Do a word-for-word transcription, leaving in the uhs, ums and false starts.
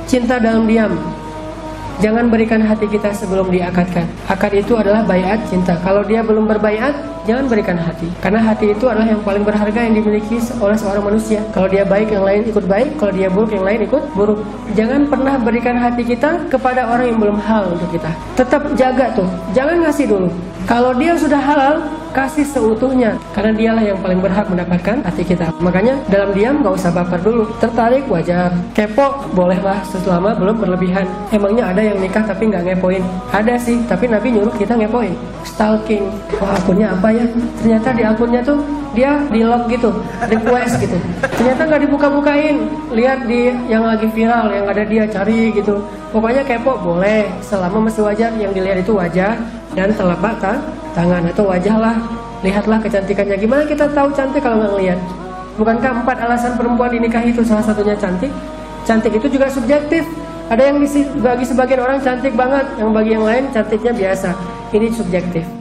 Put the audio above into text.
cinta dalam diam. Jangan berikan hati kita sebelum diakadkan. Akad itu adalah baiat cinta. Kalau dia belum berbaiat, jangan berikan hati. Karena hati itu adalah yang paling berharga yang dimiliki oleh seorang manusia. Kalau dia baik, yang lain ikut baik. Kalau dia buruk, yang lain ikut buruk. Jangan pernah berikan hati kita kepada orang yang belum halal untuk kita. Tetap jaga tuh. Jangan ngasih dulu. Kalau dia sudah halal, kasih seutuhnya. Karena dialah yang paling berhak mendapatkan hati kita. Makanya dalam diam gak usah baper dulu. Tertarik wajar. Kepo bolehlah selama belum berlebihan. Emangnya ada yang nikah tapi nggak ngepoin? Ada sih, tapi Nabi nyuruh kita ngepoin. Stalking. Wah, akunnya apa ya? Ternyata di akunnya tuh dia di lock gitu, request gitu. Ternyata nggak dibuka-bukain. Lihat di yang lagi viral, yang ada dia cari gitu. Pokoknya kepo boleh, selama masih wajar. Yang dilihat itu wajah dan telapak tangan atau wajah lah. Lihatlah kecantikannya. Gimana kita tahu cantik kalau nggak ngelihat? Bukankah empat alasan perempuan dinikahi itu salah satunya cantik? Cantik itu juga subjektif. Ada yang bagi sebagian orang cantik banget, yang bagi yang lain cantiknya biasa. Ini subjektif.